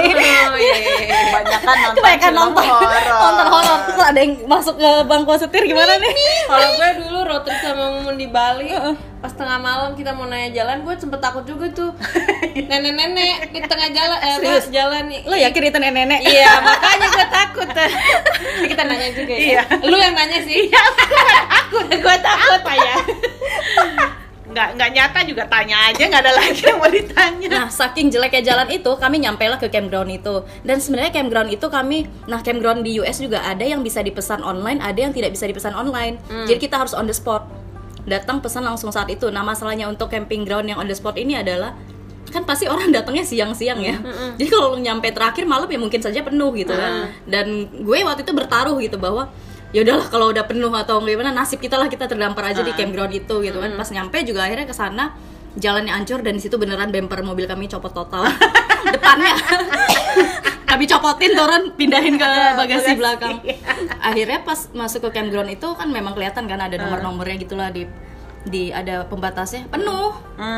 kebanyakan nonton horor, terus ada yang masuk ke bangku setir gimana nih? Kalau gue dulu road trip sama Mumun di Bali, pas tengah malam kita mau nanya jalan, gue sempet takut juga tuh. Nenek-nenek di tengah jalan, jalan nih. Lo yakin itu nenek? Iya, makanya gue takut. Kita nanya juga ya. Iya. Lu yang nanya sih. Iya, gue takut ya. Nggak nyata juga tanya aja, nggak ada lagi yang mau ditanya. Nah, saking jeleknya jalan itu, kami nyampe lah ke campground itu. Dan sebenarnya campground itu campground di US juga ada yang bisa dipesan online, ada yang tidak bisa dipesan online. Jadi kita harus on the spot, datang pesan langsung saat itu. Nah, masalahnya untuk camping ground yang on the spot ini adalah kan pasti orang datangnya siang-siang ya. Jadi kalau lu nyampe terakhir malam ya mungkin saja penuh gitu kan. Dan gue waktu itu bertaruh gitu bahwa ya udahlah kalau udah penuh atau gimana nasib kita lah, kita terdampar aja di campground itu gitu kan. Pas nyampe juga akhirnya ke sana jalannya hancur dan di situ beneran bumper mobil kami copot total. Depannya kami copotin, turun pindahin ke bagasi belakang. Akhirnya pas masuk ke campground itu kan memang kelihatan kan ada nomor-nomornya gitulah di ada pembatasnya penuh.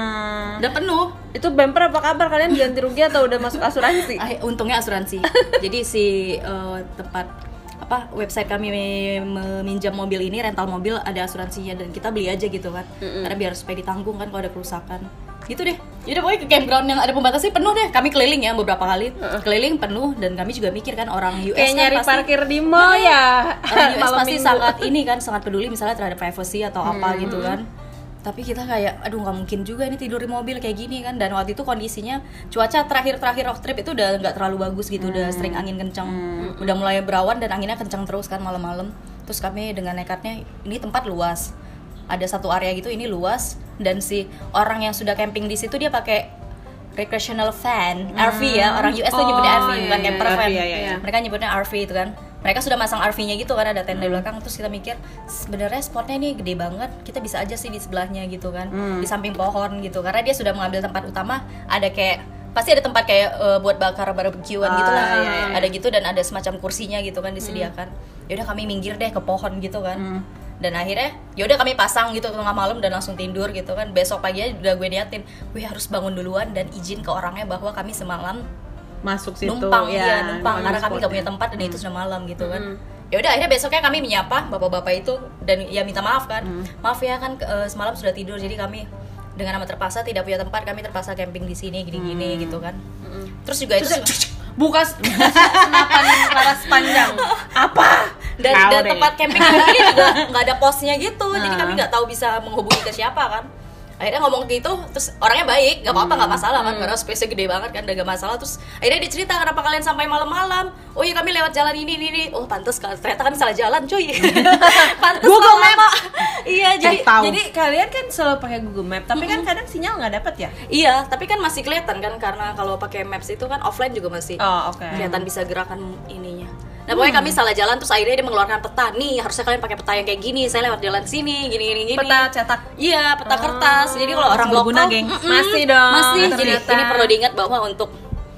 Udah penuh. Itu bumper apa kabar, kalian ganti rugi atau udah masuk asuransi? Untungnya asuransi. Jadi si tempat website kami meminjam mobil ini, rental mobil, ada asuransinya dan kita beli aja gitu kan. Karena biar supaya ditanggung kan kalau ada kerusakan. Gitu deh. Jadi pokoknya ke campground yang ada pembatasnya penuh deh. Kami keliling ya beberapa kali. Keliling penuh dan kami juga mikir kan orang US kayak kan nyari pasti parkir di mall ya. Orang US pasti sangat peduli misalnya terhadap privacy atau apa gitu kan. Tapi kita kayak aduh nggak mungkin juga ini tidur di mobil kayak gini kan. Dan waktu itu kondisinya cuaca terakhir road trip itu udah nggak terlalu bagus gitu, udah sering angin kencang, udah mulai berawan dan anginnya kencang terus kan malam-malam. Terus kami dengan nekatnya, ini tempat luas, ada satu area gitu, ini luas, dan si orang yang sudah camping di situ dia pakai recreational van, RV ya, orang US tuh nyebutnya RV bukan camper van, mereka nyebutnya RV itu kan. Mereka sudah masang RV-nya gitu kan, ada tenda di belakang. Terus kita mikir sebenarnya spotnya ini gede banget, kita bisa aja sih di sebelahnya gitu kan, di samping pohon gitu, karena dia sudah mengambil tempat utama. Ada kayak pasti ada tempat kayak buat bakar barbekyuan gitu lah, ada gitu, dan ada semacam kursinya gitu kan disediakan. Yaudah kami minggir deh ke pohon gitu kan. Dan akhirnya yaudah kami pasang gitu tengah malam dan langsung tidur gitu kan. Besok pagi aja udah gue niatin, gue harus bangun duluan dan izin ke orangnya bahwa kami semalam masuk situ, numpang karena kami gak punya tempat dan itu sudah malam gitu kan. Ya udah akhirnya besoknya kami menyapa bapak-bapak itu dan ya minta maaf kan, maaf ya kan semalam sudah tidur, jadi kami dengan amat terpaksa tidak punya tempat, kami terpaksa camping di sini gini-gini gitu kan. Terus juga itu buka senapan laras panjang apa dan tempat camping kami juga nggak ada posnya gitu, jadi kami nggak tahu bisa menghubungi ke siapa kan. Akhirnya ngomong gitu, terus orangnya baik, gak apa-apa, gak masalah kan, karena space-nya gede banget kan, udah gak masalah. Terus akhirnya dia cerita kenapa kalian sampai malam-malam. Oh iya kami lewat jalan ini. Oh pantes kan, ternyata kami salah jalan cuy. Pantes Google Map. Iya, jadi kalian kan selalu pakai Google Map, tapi kan kadang sinyal nggak dapat ya? Iya, tapi kan masih kelihatan kan, karena kalau pakai Maps itu kan offline juga masih kelihatan bisa gerakan ininya. Nah pokoknya kami salah jalan, terus akhirnya dia mengeluarkan peta. Nih harusnya kalian pakai peta yang kayak gini, saya lewat jalan sini, gini. Peta cetak? Iya, peta kertas. Jadi kalau orang lokal masih dong. Masih. Jadi ini perlu diingat bahwa untuk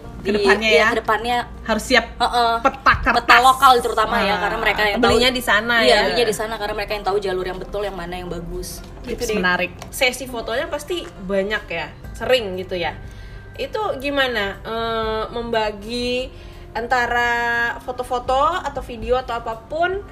kedepannya harus siap peta lokal terutama ya, karena mereka yang belinya di sana ya. Belinya di sana karena mereka yang tahu jalur yang betul, yang mana yang bagus. Gitu menarik. Sesi fotonya pasti banyak ya, sering gitu ya. Itu gimana membagi antara foto-foto atau video atau apapun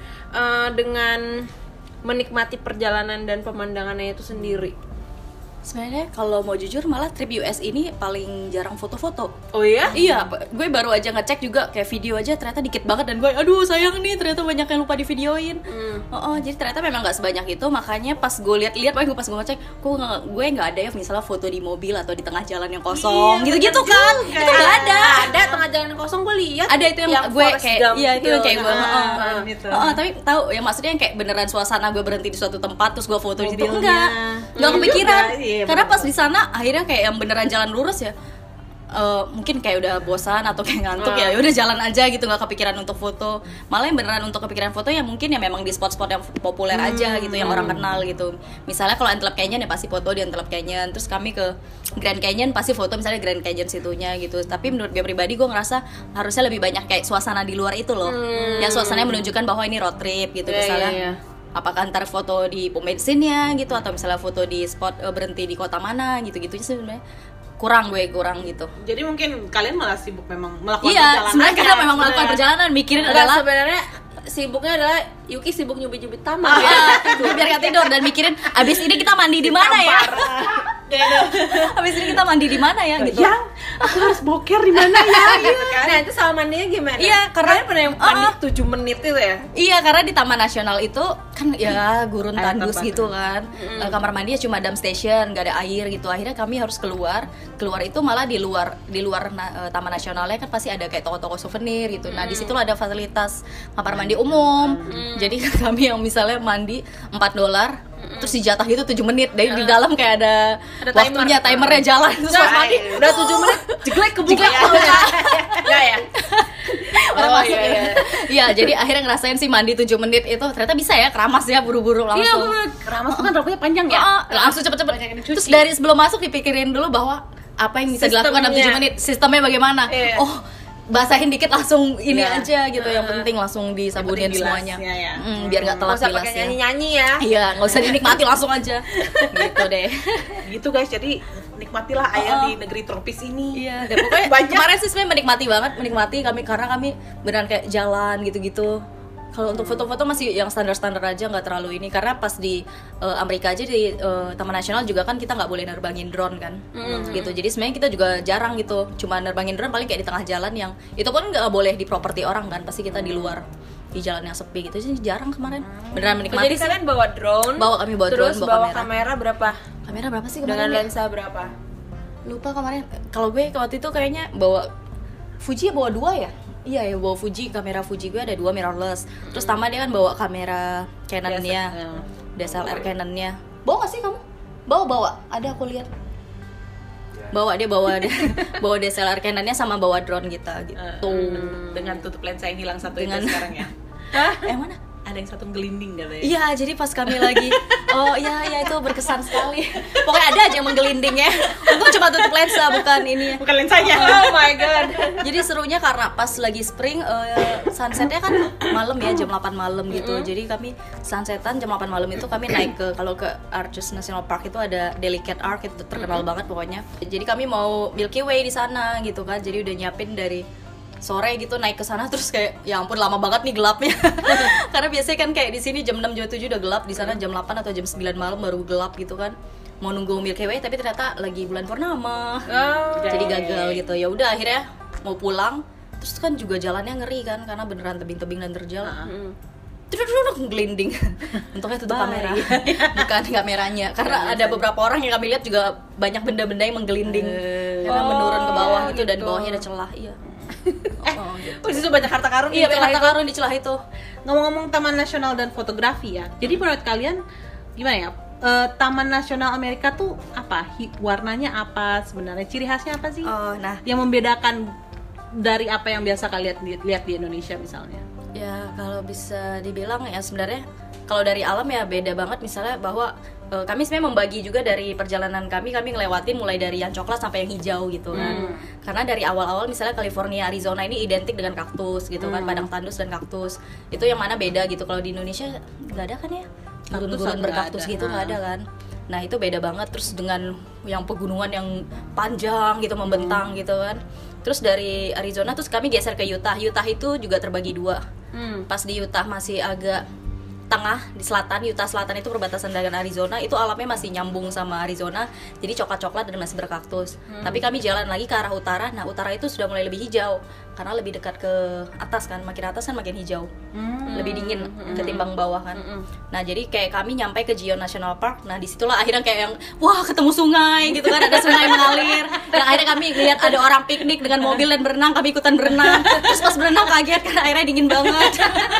dengan menikmati perjalanan dan pemandangannya itu sendiri? Sebenarnya kalau mau jujur malah trip US ini paling jarang foto-foto. Oh iya? Iya, gue baru aja ngecek juga kayak video aja ternyata dikit banget, dan gue aduh sayang nih ternyata banyak yang lupa di videoin. Jadi ternyata memang nggak sebanyak itu, makanya pas gue lihat pas gue ngecek, gue nggak ada ya misalnya foto di mobil atau di tengah jalan yang kosong gitu kan. Itu nggak ada. Ada tengah jalan yang kosong gue lihat. Ada itu yang gue kayak iya itu yang kayak gue. Tapi tahu yang maksudnya yang kayak beneran suasana gue berhenti di suatu tempat terus gue foto di situ nggak kepikiran. Karena pas di sana akhirnya kayak yang beneran jalan lurus ya, mungkin kayak udah bosan atau kayak ngantuk ya udah jalan aja gitu, nggak kepikiran untuk foto. Malah yang beneran untuk kepikiran foto ya mungkin ya memang di spot-spot yang populer aja gitu, yang orang kenal gitu. Misalnya kalau Antelope Canyon ya pasti foto di Antelope Canyon, terus kami ke Grand Canyon pasti foto misalnya Grand Canyon situnya gitu. Tapi menurut gue pribadi gue ngerasa harusnya lebih banyak kayak suasana di luar itu loh, yang suasananya menunjukkan bahwa ini road trip gitu misalnya. Apakah antar foto di pom bensinnya gitu, atau misalnya foto di spot berhenti di kota mana gitu-gitu sebenarnya kurang gitu. Jadi mungkin kalian malah sibuk memang melakukan Iya, perjalanan. sebenarnya kita memang melakukan perjalanan, mikirin adalah sebenarnya sibuknya adalah Yuki sibuk nyubit-nyubit taman. biar gak tidur dan mikirin abis ini kita mandi di mana ya? Abis ini kita mandi di mana ya gitu. Yang aku harus boker di mana ya? Nah, itu sama mandinya gimana? Iya, karena pernah mandi 7 menit itu ya? Iya, karena di Taman Nasional itu kan ya gurun tandus tempat. gitu kan. Kamar mandi ya cuma dump station, nggak ada air gitu. Akhirnya kami harus keluar itu malah di luar Taman Nasionalnya kan pasti ada kayak toko-toko souvenir gitu. Nah, di situ ada fasilitas kamar mandi umum. Jadi kami yang misalnya mandi $4 terus dijatah gitu 7 menit. Dari di dalam kayak ada waktunya, timernya jalan. Terus pas mandi udah 7 menit jeglek kebuka. Enggak ya? Iya, jadi akhirnya ngerasain sih mandi 7 menit itu ternyata bisa ya, keramas ya, buru-buru langsung. Iya, keramas tuh kan rambutnya panjang ya. Langsung cepet-cepet. Terus dari sebelum masuk dipikirin dulu bahwa apa yang bisa dilakukan dalam 7 menit, sistemnya bagaimana. Oh, basahin dikit langsung ini aja gitu. Yang penting langsung disabunin semuanya. Biar nggak telat bilasnya. Nggak usah pakai nyanyi-nyanyi ya. Iya, nggak usah dinikmati, langsung aja. Gitu deh. Gitu guys, jadi nikmatilah air di negeri tropis ini. Iya, deh, pokoknya kemarin sih sebenarnya menikmati karena kami beneran kayak jalan gitu-gitu. Kalau untuk foto-foto masih yang standar-standar aja, nggak terlalu ini. Karena pas di Amerika aja di Taman Nasional juga kan kita nggak boleh nerbangin drone kan, gitu. Jadi sebenarnya kita juga jarang gitu, cuma nerbangin drone paling kayak di tengah jalan yang itu pun nggak boleh di properti orang kan, pasti kita di luar di jalan yang sepi gitu sih. Jarang kemarin, beneran menikmati. Jadi kalian bawa drone? Kami bawa drone, bawa kamera berapa? Kamera berapa sih kemarin? Dengan lensa berapa? Lupa kemarin. Kalau gue waktu itu kayaknya bawa Fuji, bawa 2 ya. Iya ya, bawa Fuji, kamera Fuji gue ada 2 mirrorless. Terus Tama dia kan bawa kamera Canon-nya, DSLR Canon-nya. Bawa gak sih kamu? Bawa. Ada aku lihat. Bawa bawa DSLR Canon-nya sama bawa drone kita gitu. Dengan tutup lensa yang hilang satu itu sekarang ya. Yang mana? Ada yang satu gelinding katanya. Iya, jadi pas kami lagi iya itu berkesan sekali. Pokoknya ada aja yang menggelinding ya. Untung cuma tutup lensa, bukan ini. Bukan lensanya. Oh my god. Jadi serunya karena pas lagi spring sunsetnya kan malam ya, jam 8 malam gitu. Jadi kami sunsetan jam 8 malam itu kami naik kalau ke Arches National Park itu ada Delicate Arc, itu terkenal banget pokoknya. Jadi kami mau Milky Way di sana gitu kan. Jadi udah nyiapin dari sore gitu naik ke sana, terus kayak ya ampun lama banget nih gelapnya. Karena biasanya kan kayak di sini jam 6 jam 7 udah gelap, di sana jam 8 atau jam 9 malam baru gelap gitu kan. Mau nunggu Milky Way tapi ternyata lagi bulan purnama. Jadi gagal gitu. Ya udah akhirnya mau pulang. Terus kan juga jalannya ngeri kan karena beneran tebing-tebing dan terjal. Gelinding. Untungnya tutup kamera. Bukan kameranya. Karena ada beberapa orang yang kami lihat juga banyak benda-benda yang menggelinding. Karena menurun ke bawah gitu dan bawahnya ada celah. Iya. Di situ banyak harta karun. Iya, banyak harta karun di celah itu. Ngomong-ngomong Taman Nasional dan fotografi ya. Jadi menurut kalian gimana ya? Taman Nasional Amerika tuh apa? Warnanya apa sebenarnya? Ciri khasnya apa sih? Nah, yang membedakan dari apa yang biasa kalian lihat di Indonesia misalnya? Ya, kalau bisa dibilang ya sebenarnya kalau dari alam ya beda banget, misalnya bahwa kami sebenarnya membagi juga dari perjalanan kami ngelewatin mulai dari yang coklat sampai yang hijau gitu kan. Karena dari awal-awal misalnya California, Arizona ini identik dengan kaktus gitu kan, padang tandus dan kaktus. Itu yang mana beda gitu. Kalau di Indonesia nggak ada kan ya? Gurun-gurun berkaktus gitu nggak ada kan. Nah, itu beda banget. Terus dengan yang pegunungan yang panjang gitu, membentang gitu kan. Terus dari Arizona terus kami geser ke Utah. Utah itu juga terbagi 2. Pas di Utah masih agak tengah di selatan, Utah selatan itu perbatasan dengan Arizona, itu alamnya masih nyambung sama Arizona, jadi coklat-coklat dan masih berkaktus. Tapi kami jalan lagi ke arah utara. Nah, utara itu sudah mulai lebih hijau karena lebih dekat ke atas kan, makin atas kan makin hijau, lebih dingin ketimbang bawah kan. Nah, jadi kayak kami nyampe ke Zion National Park. Nah, disitulah akhirnya kayak yang wah ketemu sungai gitu kan, ada sungai mengalir. Dan akhirnya kami lihat ada orang piknik dengan mobil dan berenang, kami ikutan berenang. Terus pas berenang kaget karena airnya dingin banget.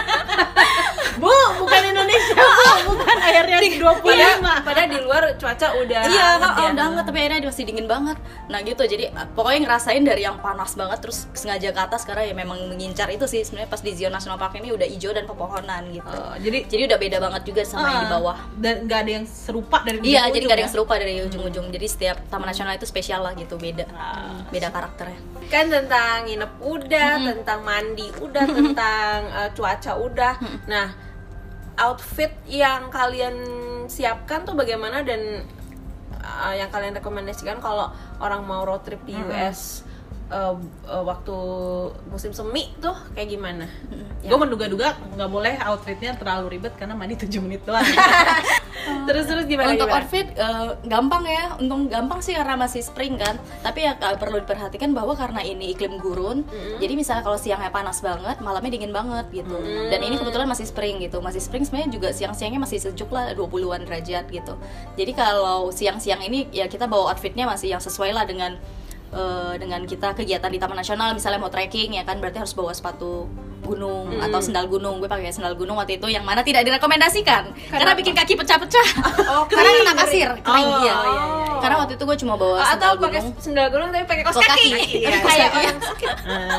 Bu, bukan Indonesia, Bu, bukan airnya di 25. Padahal di luar cuaca udah udah hangat, tapi airnya masih dingin banget. Nah gitu, jadi pokoknya ngerasain dari yang panas banget terus sengaja ke atas karena ya memang mengincar itu sih. Sebenarnya pas di Zion National Park ini udah hijau dan pepohonan gitu. Jadi udah beda banget juga sama yang di bawah. Dan nggak ada yang serupa dari ujung-ujung. Iya, jadi nggak ada yang serupa dari ujung-ujung. Jadi setiap taman nasional itu spesial lah gitu, beda karakternya. Kan tentang nginep udah, tentang mandi udah, tentang cuaca udah. Nah, outfit yang kalian siapkan tuh bagaimana dan yang kalian rekomendasikan kalau orang mau road trip di US waktu musim semi tuh kayak gimana? Gue menduga-duga nggak boleh outfitnya terlalu ribet karena mandi 7 menit doang. Terus gimana? Untuk outfit gampang ya, untung gampang sih karena masih spring kan. Tapi ya perlu diperhatikan bahwa karena ini iklim gurun, jadi misalnya kalau siangnya panas banget, malamnya dingin banget gitu. Dan ini kebetulan masih spring gitu. Masih spring sebenarnya juga siang-siangnya masih sejuk lah, 20-an derajat gitu. Jadi kalau siang-siang ini ya kita bawa outfitnya masih yang sesuai lah dengan kita kegiatan di Taman Nasional, misalnya mau trekking ya kan, berarti harus bawa sepatu gunung atau sendal gunung. Gue pakai sendal gunung waktu itu yang mana tidak direkomendasikan karena bikin kaki pecah-pecah. Karena kena pasir kering dia. Karena waktu itu gue cuma bawa sendal gunung. Atau pakai sendal gunung tapi pakai kaos kaki. Kayak orang sakit.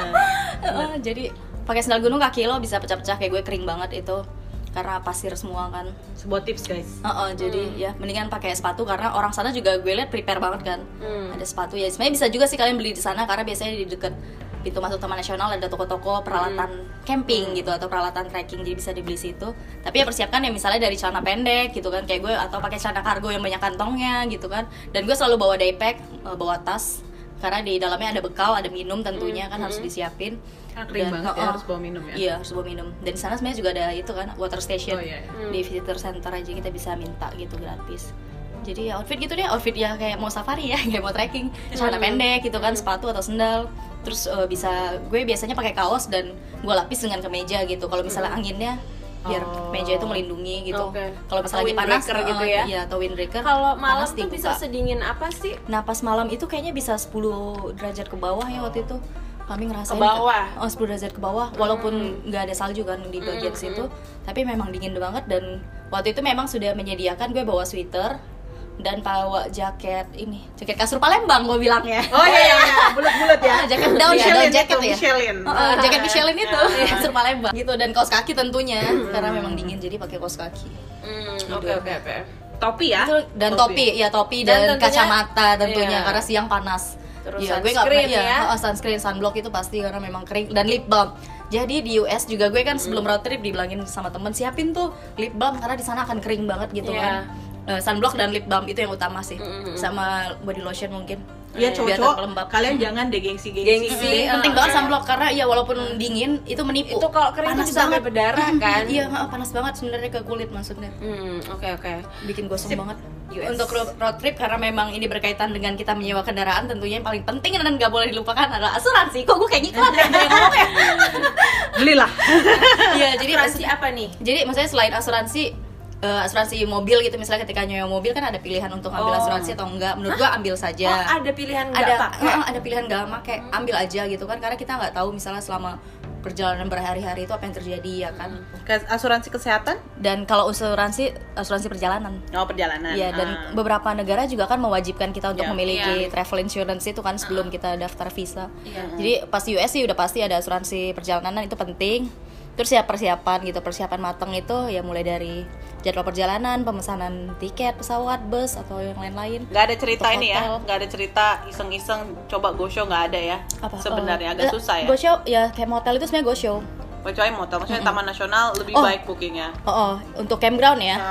Jadi pakai sendal gunung kaki lo bisa pecah-pecah, kayak gue kering banget itu karena pasir semua kan. Sebuah tips guys. Jadi ya mendingan pakai sepatu karena orang sana juga gue lihat prepare banget kan. Ada sepatu ya. Sebenarnya bisa juga sih kalian beli di sana karena biasanya di dekat pintu masuk Taman Nasional ada toko-toko peralatan camping gitu atau peralatan trekking, jadi bisa dibeli situ. Tapi ya persiapkan ya misalnya dari celana pendek gitu kan kayak gue, atau pakai celana kargo yang banyak kantongnya gitu kan. Dan gue selalu bawa daypack, bawa tas karena di dalamnya ada bekal, ada minum tentunya kan harus disiapin. Kering banget ya, harus bawa minum ya. Iya, harus bawa minum. Dan di sana sebenarnya juga ada itu kan, water station. Di visitor center aja kita bisa minta gitu gratis. Jadi ya outfit gitu deh, outfit ya kayak mau safari ya, kayak mau trekking, celana pendek gitu kan, sepatu atau sendal. Terus gue biasanya pakai kaos dan gue lapis dengan kemeja gitu. Kalau misalnya anginnya biar meja itu melindungi gitu. Kalau misalnya lagi panas gitu ya. Iya, atau windbreaker. Kalau malam tuh bisa sedingin apa sih? Nah, pas malam itu kayaknya bisa 10 derajat ke bawah ya waktu itu. Kami ngerasain ke bawah. 10 derajat ke bawah, walaupun nggak ada salju kan di bagian situ, tapi memang dingin banget. Dan waktu itu memang sudah menyediakan, gue bawa sweater dan bawa jaket kasur Palembang gue bilangnya. Bulat-bulat ya. Jaket down jacket ya. Jaket Michelin itu, kasur Palembang gitu, dan kaos kaki tentunya karena memang dingin jadi pakai kaos kaki. Oke. Topi ya. Dan topi dan kacamata tentunya karena siang panas. Terus ya, gue nggak pernah sunscreen, sunblock itu pasti karena memang kering, dan lip balm. Jadi di US juga gue kan sebelum road trip dibilangin sama temen siapin tuh lip balm karena di sana akan kering banget gitu kan. Sunblock dan lip balm itu yang utama sih, sama body lotion mungkin. Iya, cowok-cowok kalian jangan gengsi. Penting banget sunblock karena ya walaupun dingin itu menipu. Itu kalau kering panas bisa sampai berdarah kan. Iya, panas banget sebenarnya ke kulit maksudnya. Oke. Bikin gosong banget. Untuk road trip karena memang ini berkaitan dengan kita menyewa kendaraan, tentunya yang paling penting dan nggak boleh dilupakan adalah asuransi. Kok gue kayak ngiklan ya ngomong ya? Belilah. Iya, jadi asuransi apa nih? Jadi maksudnya selain asuransi mobil gitu, misalnya ketika nyewa mobil kan ada pilihan untuk ambil asuransi atau enggak. Menurut gua ambil saja. Ada pilihan enggak pakai? Ada pilihan enggak pakai, ambil aja gitu kan, karena kita nggak tahu misalnya selama perjalanan berhari-hari itu apa yang terjadi ya kan. Asuransi kesehatan? Dan kalau asuransi perjalanan. Perjalanan. Iya, dan beberapa negara juga kan mewajibkan kita untuk memiliki travel insurance itu kan sebelum kita daftar visa. Jadi pas US sih udah pasti ada asuransi perjalanan, itu penting. Terus ya persiapan matang itu ya mulai dari jadwal perjalanan, pemesanan tiket pesawat, bus atau yang lain-lain. Nggak ada cerita ini ya, nggak ada cerita iseng-iseng coba go show, nggak ada ya. Sebenarnya agak susah ya. Go show ya kayak motel itu sebenarnya go show. Kecuali motel, maksudnya Taman Nasional lebih baik bookingnya. Untuk campground ya.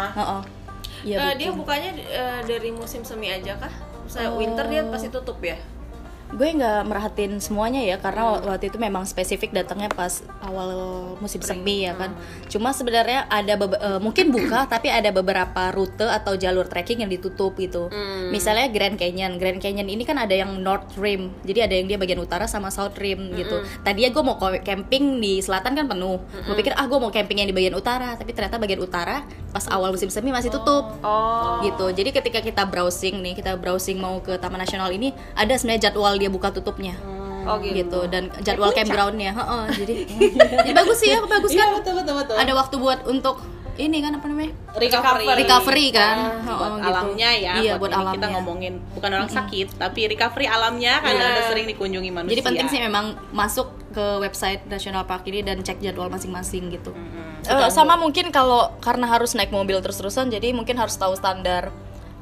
Iya. Dia bukanya dari musim semi aja kah? Misalnya winter dia pasti tutup ya? Gue nggak merhatiin semuanya ya karena waktu itu memang spesifik datangnya pas awal musim semi ya kan. Cuma sebenarnya ada mungkin buka tapi ada beberapa rute atau jalur trekking yang ditutup gitu. Misalnya Grand Canyon ini kan ada yang North Rim, jadi ada yang dia bagian utara sama South Rim gitu. Tadinya gue mau camping di selatan kan penuh. Gue pikir gue mau camping yang di bagian utara, tapi ternyata bagian utara pas awal musim semi masih tutup. Gitu. Jadi ketika kita browsing mau ke Taman Nasional ini, ada sebenarnya jadwal dia buka tutupnya. Gitu. Dan jadwal campgroundnya. Jadi bagus sih ya, bagus kan. Betul. Ada waktu buat untuk ini kan apa namanya? Recovery kan. Buat gitu. alamnya ya. Iya, buat alamnya. Kita ngomongin bukan orang sakit, tapi recovery alamnya karena sering dikunjungi manusia. Jadi penting sih memang masuk ke website National Park ini dan cek jadwal masing-masing gitu. Sama mungkin kalau karena harus naik mobil terus-terusan, jadi mungkin harus tahu standar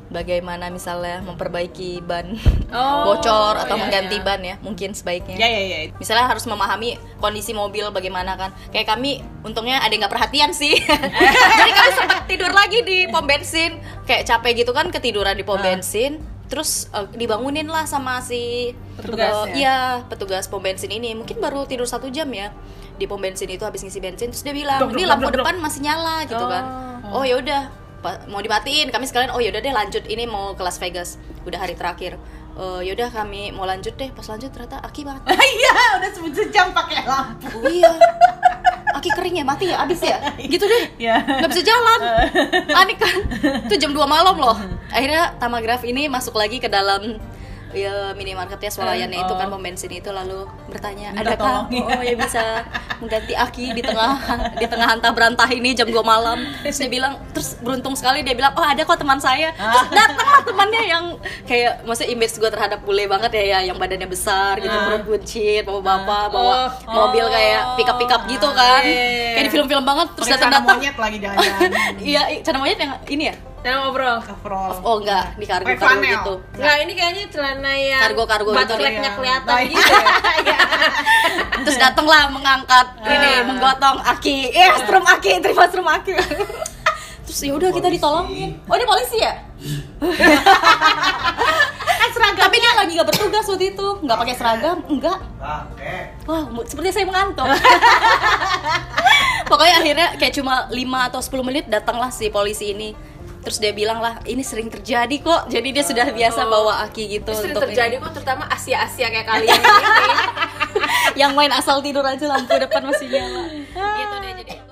bagaimana misalnya memperbaiki ban bocor atau mengganti ban ya, mungkin sebaiknya. Ya. Misalnya harus memahami kondisi mobil bagaimana kan. Kayak kami untungnya ada yang nggak perhatian sih. Jadi kami sempat tidur lagi di pom bensin. Kayak capek gitu kan, ketiduran di pom bensin. Terus dibangunin lah sama si petugas pom bensin ini. Mungkin baru tidur 1 jam ya di pom bensin itu habis ngisi bensin. Terus dia bilang, ini lampu depan masih nyala gitu kan. Oh ya udah, mau dimatiin. Kami sekalian yaudah deh lanjut, ini mau ke Las Vegas, udah hari terakhir. Yaudah kami mau lanjut deh. Pas lanjut ternyata aki mati. Iya, udah 1 jam pakai lampu. Iya, aki kering ya, mati ya, abis ya, gitu deh. Nggak bisa jalan, panik kan. Itu jam 2 malam loh. Akhirnya Tamagraph ini masuk lagi ke dalam minimarketnya swalayannya itu kan, pom bensin itu, lalu bertanya, adakah yang bisa mengganti aki di tengah hantah berantah ini jam 2 malam. Terus dia bilang, terus beruntung sekali dia bilang, ada kok teman saya. Terus datanglah temannya yang kayak, maksudnya image gue terhadap bule banget ya, yang badannya besar gitu, perut buncit, bapak-bapak bawa mobil kayak pick-up gitu kan, kayak di film-film banget. Terus datang monyet lagi jangan-jangan. Iya, celana monyet yang ini ya. Celana overall. Oh enggak, di kargo gitu. Enggak, ini kayaknya celana yang kargo gitu, flagnya kelihatan gitu ya. Terus datanglah mengangkat menggotong aki. Strum aki, terima strum aki. Terus ya udah kita ditolongin. Oh, dia polisi ya? Seragam. Tapi dia lagi nggak bertugas waktu itu, nggak pakai seragam, enggak. Wah, seperti saya mengantuk. Pokoknya akhirnya kayak cuma 5 atau 10 menit datanglah si polisi ini. Terus dia bilang lah, ini sering terjadi kok. Jadi dia sudah biasa bawa aki gitu. Sering terjadi kok, terutama Asia kayak kalian ini. Yang main asal tidur aja lampu depan masih nyala. Gitu deh jadi.